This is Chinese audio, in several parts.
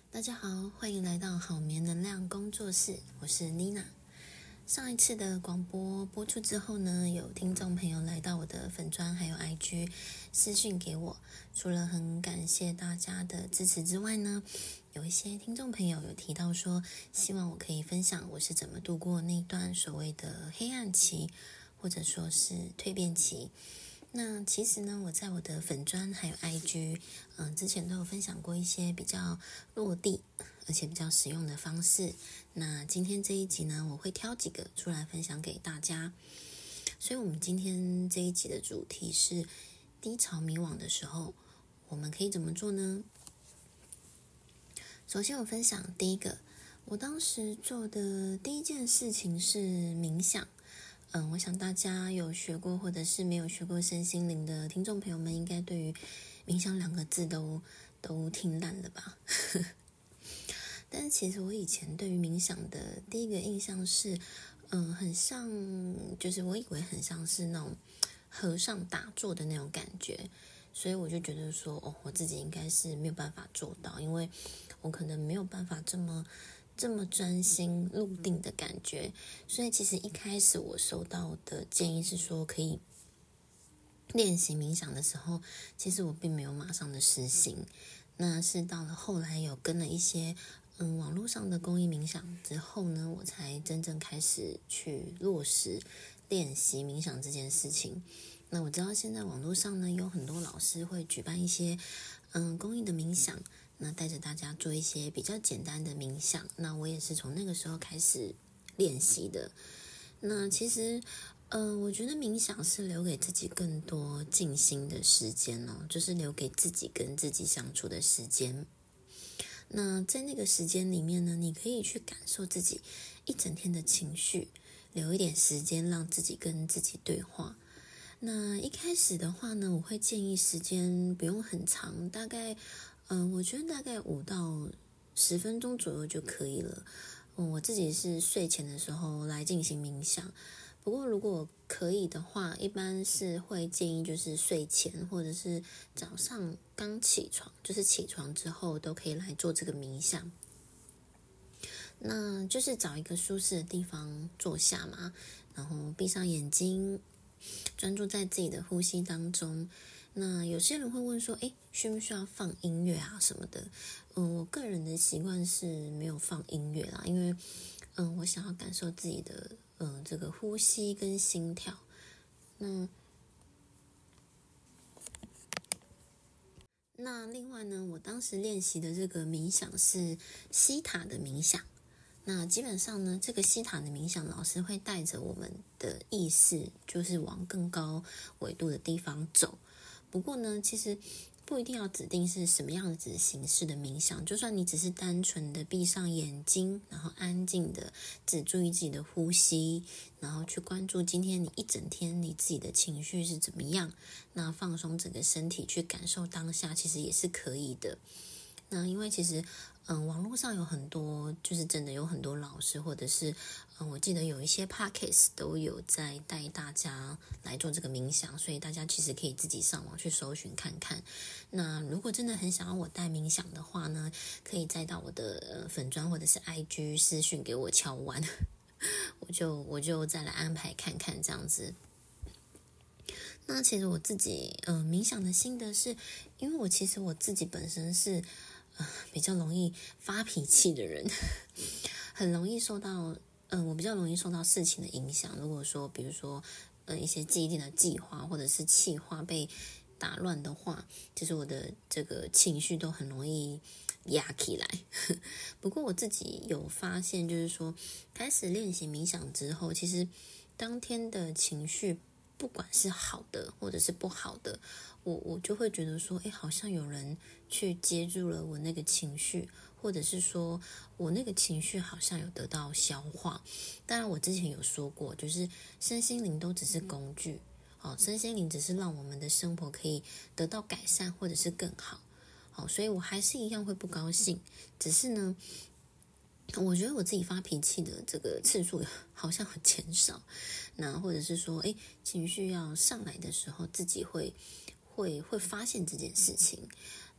大家好，欢迎来到好眠能量工作室，我是妮娜。上一次的广播播出之后呢，有听众朋友来到我的粉专还有 IG 私讯给我，除了很感谢大家的支持之外呢，有一些听众朋友有提到说，希望我可以分享我是怎么度过那段所谓的黑暗期，或者说是蜕变期。那其实呢，我在我的粉专还有 IG，之前都有分享过一些比较落地而且比较实用的方式。那今天这一集呢，我会挑几个出来分享给大家。所以我们今天这一集的主题是低潮迷惘的时候，我们可以怎么做呢？首先我分享第一个，我当时做的第一件事情是冥想。我想大家有学过或者是没有学过身心灵的听众朋友们，应该对于冥想两个字都听烂了吧？但是其实我以前对于冥想的第一个印象是，很像，就是我以为很像是那种和尚打坐的那种感觉，所以我就觉得说，我自己应该是没有办法做到，因为我可能没有办法这么专心入定的感觉，所以其实一开始我收到的建议是说可以练习冥想的时候，其实我并没有马上的实行，那是到了后来有跟了一些网络上的公益冥想之后呢，我才真正开始去落实练习冥想这件事情。那我知道现在网络上呢有很多老师会举办一些公益的冥想，那带着大家做一些比较简单的冥想，那我也是从那个时候开始练习的。那其实我觉得冥想是留给自己更多静心的时间哦，就是留给自己跟自己相处的时间。那在那个时间里面呢，你可以去感受自己一整天的情绪，留一点时间让自己跟自己对话。那一开始的话呢，我会建议时间不用很长，大概我觉得大概5到10分钟左右就可以了。我自己是睡前的时候来进行冥想，不过如果可以的话，一般是会建议就是睡前或者是早上刚起床，就是起床之后都可以来做这个冥想。那就是找一个舒适的地方坐下嘛，然后闭上眼睛，专注在自己的呼吸当中。那有些人会问说，需不需要放音乐啊什么的？我个人的习惯是没有放音乐啦，因为我想要感受自己的这个呼吸跟心跳。那另外呢，我当时练习的这个冥想是西塔的冥想。那基本上呢，这个西塔的冥想老师会带着我们的意识，就是往更高纬度的地方走。不过呢，其实不一定要指定是什么样子形式的冥想，就算你只是单纯的闭上眼睛，然后安静的只注意自己的呼吸，然后去关注今天你一整天你自己的情绪是怎么样，那放松整个身体去感受当下，其实也是可以的。那因为其实网络上有很多，就是真的有很多老师，或者是我记得有一些 podcast 都有在带大家来做这个冥想，所以大家其实可以自己上网去搜寻看看。那如果真的很想要我带冥想的话呢，可以再到我的粉专或者是 IG 私讯给我敲完，我就再来安排看看这样子。那其实我自己冥想的心得是，因为其实我自己本身是比较容易发脾气的人，很容易受到我比较容易受到事情的影响。如果说比如说一些既定的计划或者是企划被打乱的话，就是我的这个情绪都很容易压起来。不过我自己有发现，就是说开始练习冥想之后，其实当天的情绪不管是好的或者是不好的，我就会觉得说，好像有人去接住了我那个情绪，或者是说我那个情绪好像有得到消化。当然我之前有说过，就是身心灵都只是工具，身心灵只是让我们的生活可以得到改善或者是更好。所以我还是一样会不高兴，只是呢我觉得我自己发脾气的这个次数好像很减少，那或者是说情绪要上来的时候，自己会发现这件事情。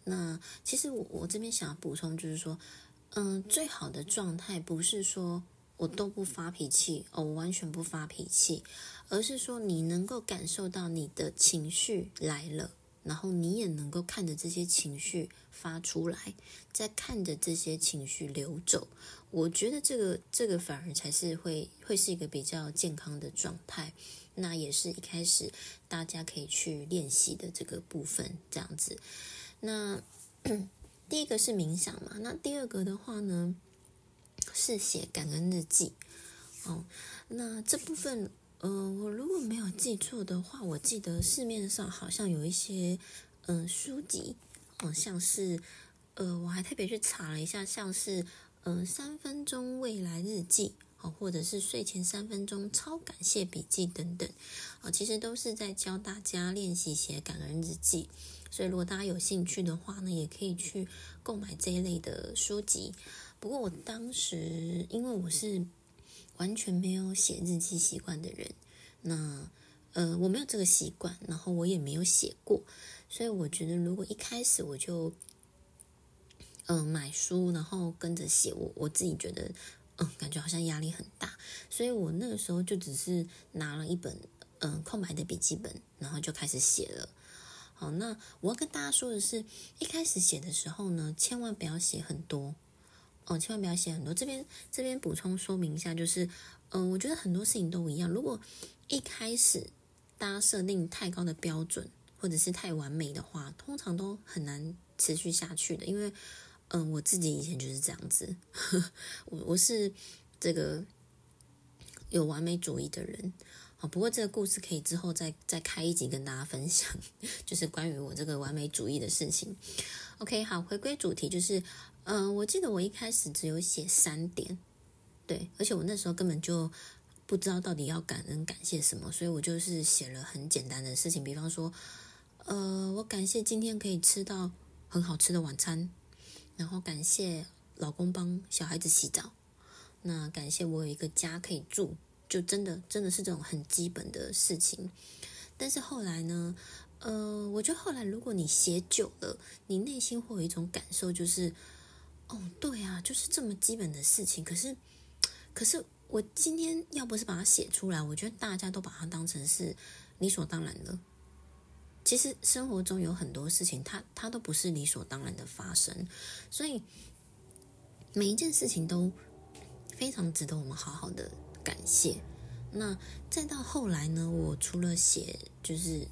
那其实我这边想要补充就是说，最好的状态不是说我都不发脾气哦，我完全不发脾气，而是说你能够感受到你的情绪来了，然后你也能够看着这些情绪发出来，再看着这些情绪流走。我觉得这个反而才是会是一个比较健康的状态。那也是一开始大家可以去练习的这个部分，这样子。那第一个是冥想嘛，那第二个的话呢是写感恩日记。那这部分我如果没有记错的话，我记得市面上好像有一些书籍，像是我还特别去查了一下，像是3分钟未来日记，或者是睡前3分钟超感谢笔记等等，其实都是在教大家练习写感恩日记。所以如果大家有兴趣的话呢，也可以去购买这一类的书籍。不过我当时因为我是完全没有写日记习惯的人，那我没有这个习惯，然后我也没有写过，所以我觉得如果一开始我就买书然后跟着写，我自己觉得感觉好像压力很大，所以我那个时候就只是拿了一本空白的笔记本，然后就开始写了。好，那我要跟大家说的是，一开始写的时候呢，千万不要写很多千万不要写很多。这边补充说明一下，就是我觉得很多事情都一样，如果一开始大家设定太高的标准或者是太完美的话，通常都很难持续下去的。因为我自己以前就是这样子我是这个有完美主义的人。不过这个故事可以之后再开一集跟大家分享，就是关于我这个完美主义的事情。OK， 好，回归主题，就是我记得我一开始只有写3点，对，而且我那时候根本就不知道到底要感恩感谢什么，所以我就是写了很简单的事情，比方说我感谢今天可以吃到很好吃的晚餐，然后感谢老公帮小孩子洗澡，那感谢我有一个家可以住，就真的是这种很基本的事情。但是后来呢我觉得后来如果你写久了，你内心会有一种感受，就是对啊，就是这么基本的事情，可是我今天要不是把它写出来，我觉得大家都把它当成是理所当然的。其实生活中有很多事情它都不是理所当然的发生，所以每一件事情都非常值得我们好好的感谢。那再到后来呢，我除了写就是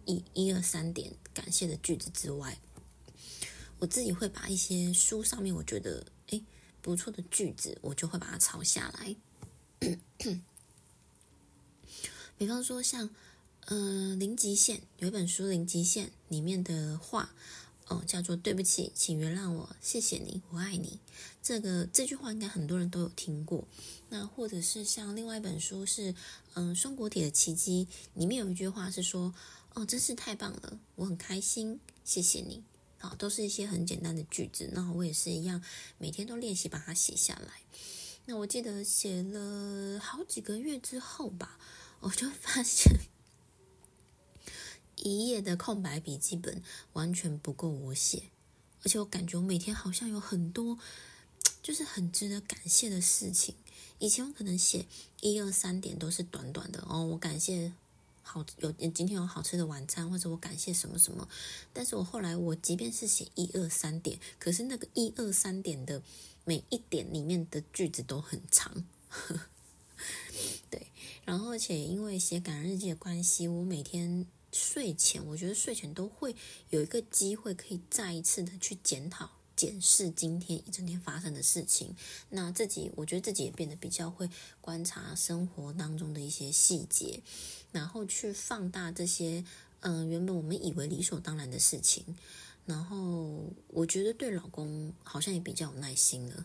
1、2、3点感谢的句子之外，我自己会把一些书上面我觉得不错的句子，我就会把它抄下来。比方说像零极限，有一本书零极限里面的话叫做对不起，请原谅我，谢谢你，我爱你。这句话应该很多人都有听过。那或者是像另外一本书是松果体的奇迹，里面有一句话是说真是太棒了，我很开心，谢谢你。好，都是一些很简单的句子，那我也是一样每天都练习把它写下来。那我记得写了好几个月之后吧，我就发现1页的空白笔记本完全不够我写，而且我感觉我每天好像有很多就是很值得感谢的事情。以前我可能写1、2、3点都是短短的我感谢今天有好吃的晚餐，或者我感谢什么什么。但是我后来我即便是写1、2、3点，可是那个1、2、3点的每一点里面的句子都很长对，然后而且因为写感恩日记的关系，我每天睡前，我觉得睡前都会有一个机会可以再一次的去检视今天一整天发生的事情。那我觉得自己也变得比较会观察生活当中的一些细节，然后去放大这些原本我们以为理所当然的事情。然后我觉得对老公好像也比较有耐心了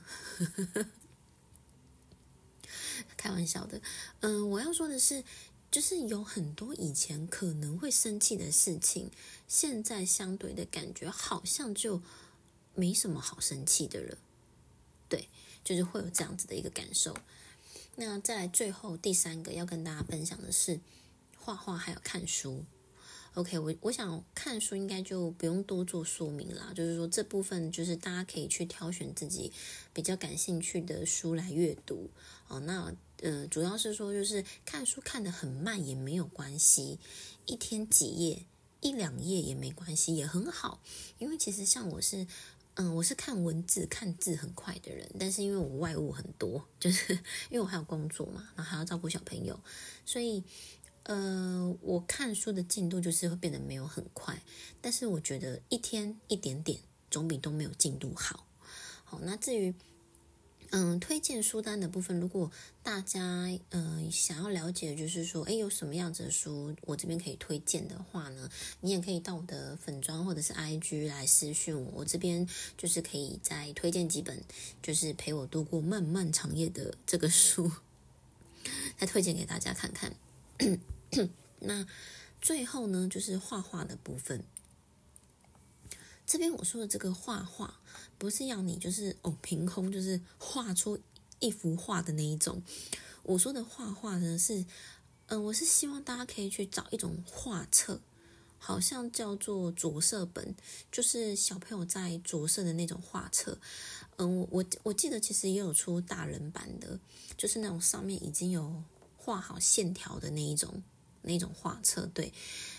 开玩笑的。我要说的是，就是有很多以前可能会生气的事情，现在相对的感觉好像就没什么好生气的了。对，就是会有这样子的一个感受。那再来最后第3个要跟大家分享的是画画还有看书。 OK，我想看书应该就不用多做说明啦，就是说这部分就是大家可以去挑选自己比较感兴趣的书来阅读。那主要是说就是看书看得很慢也没有关系，一天几页一两页也没关系，也很好。因为其实像我是看文字看字很快的人，但是因为我外务很多，就是因为我还有工作嘛，然后还要照顾小朋友，所以我看书的进度就是会变得没有很快，但是我觉得一天一点点总比都没有进度好。好，那至于推荐书单的部分，如果大家想要了解，就是说有什么样子的书我这边可以推荐的话呢，你也可以到我的粉专或者是 IG 来私讯我，我这边就是可以再推荐几本就是陪我度过漫漫长夜的这个书再推荐给大家看看。那最后呢，就是画画的部分。这边我说的这个画画，不是要你就是凭空就是画出一幅画的那一种。我说的画画呢是，我是希望大家可以去找一种画册，好像叫做着色本，就是小朋友在着色的那种画册。我记得其实也有出大人版的，就是那种上面已经有画好线条的那一种画册，对。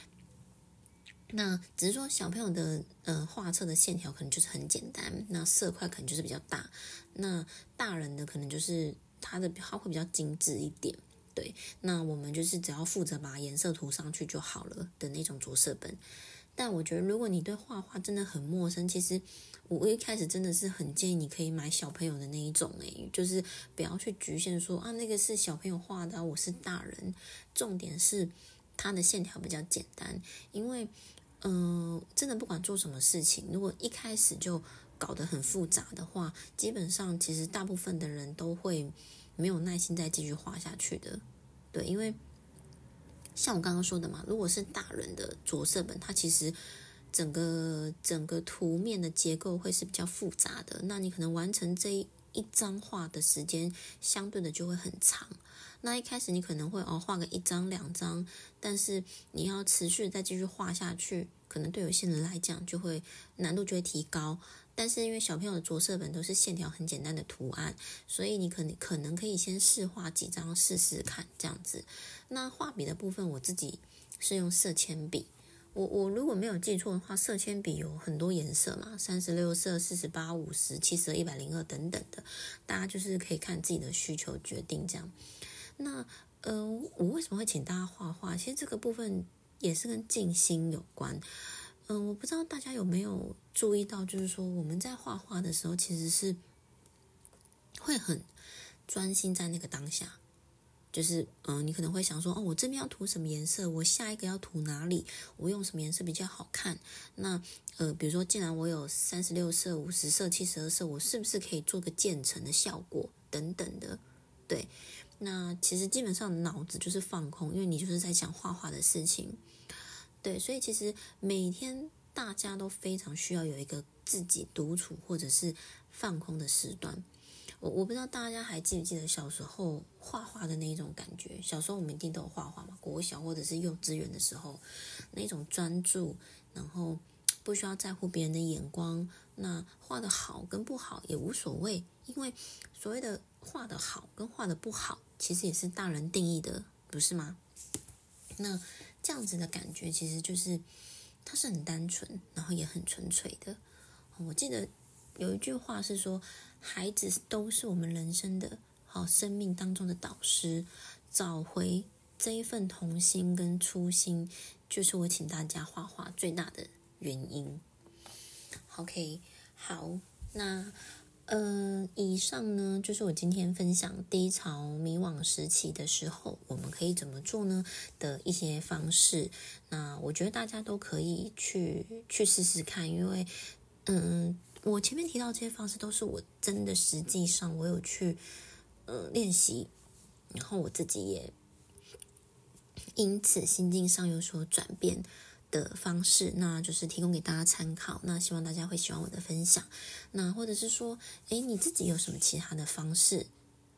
那只是说小朋友的画册的线条可能就是很简单，那色块可能就是比较大，那大人的可能就是它会比较精致一点，对。那我们就是只要负责把颜色涂上去就好了的那种着色本。但我觉得如果你对画画真的很陌生，其实我一开始真的是很建议你可以买小朋友的那一种，就是不要去局限说那个是小朋友画的我是大人。重点是它的线条比较简单，因为真的不管做什么事情，如果一开始就搞得很复杂的话，基本上其实大部分的人都会没有耐心再继续画下去的。对，因为像我刚刚说的嘛，如果是大人的着色本，它其实整个图面的结构会是比较复杂的，那你可能完成这一张画的时间相对的就会很长。那一开始你可能会画个1张2张，但是你要持续再继续画下去，可能对有些人来讲难度就会提高。但是因为小朋友的着色本都是线条很简单的图案，所以你可能可以先试画几张试试看这样子。那画笔的部分我自己是用色铅笔，我如果没有记错的话，色铅笔有很多颜色嘛，36色、48、50、72、102等等的，大家就是可以看自己的需求决定这样。那我为什么会请大家画画？其实这个部分也是跟静心有关。我不知道大家有没有注意到，就是说我们在画画的时候，其实是会很专心在那个当下。就是你可能会想说我这边要涂什么颜色，我下一个要涂哪里，我用什么颜色比较好看。那比如说既然我有36色、50色、72色，我是不是可以做个渐层的效果等等的。对，那其实基本上脑子就是放空，因为你就是在想画画的事情。对，所以其实每天大家都非常需要有一个自己独处或者是放空的时段。我不知道大家还记不记得小时候画画的那种感觉。小时候我们一定都有画画嘛，国小或者是幼稚园的时候，那种专注，然后不需要在乎别人的眼光，那画得好跟不好也无所谓，因为所谓的画得好跟画得不好其实也是大人定义的，不是吗？那这样子的感觉其实就是它是很单纯，然后也很纯粹的。我记得有一句话是说，孩子都是我们人生的生命当中的导师，找回这一份童心跟初心，就是我请大家画画最大的原因。OK， 好，那以上呢就是我今天分享低潮迷惘时期的时候我们可以怎么做呢的一些方式。那我觉得大家都可以去试试看，因为我前面提到这些方式都是我真的实际上我有去练习，然后我自己也因此心境上有所转变的方式，那就是提供给大家参考。那希望大家会喜欢我的分享。那或者是说你自己有什么其他的方式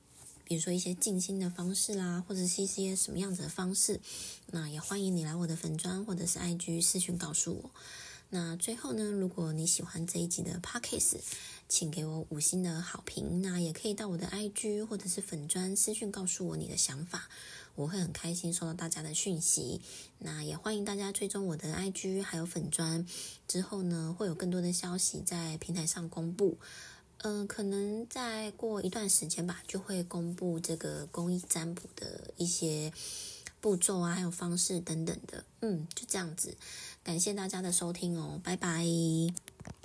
比如说一些静心的方式啦，或者是一些什么样子的方式，那也欢迎你来我的粉专或者是 IG 私讯告诉我。那最后呢，如果你喜欢这一集的 Podcast， 请给我5星的好评，那也可以到我的 IG 或者是粉专私讯告诉我你的想法，我会很开心收到大家的讯息。那也欢迎大家追踪我的 IG 还有粉专，之后呢会有更多的消息在平台上公布。可能再过一段时间吧，就会公布这个公益占卜的一些步骤啊，还有方式等等的。就这样子，感谢大家的收听哦，拜拜。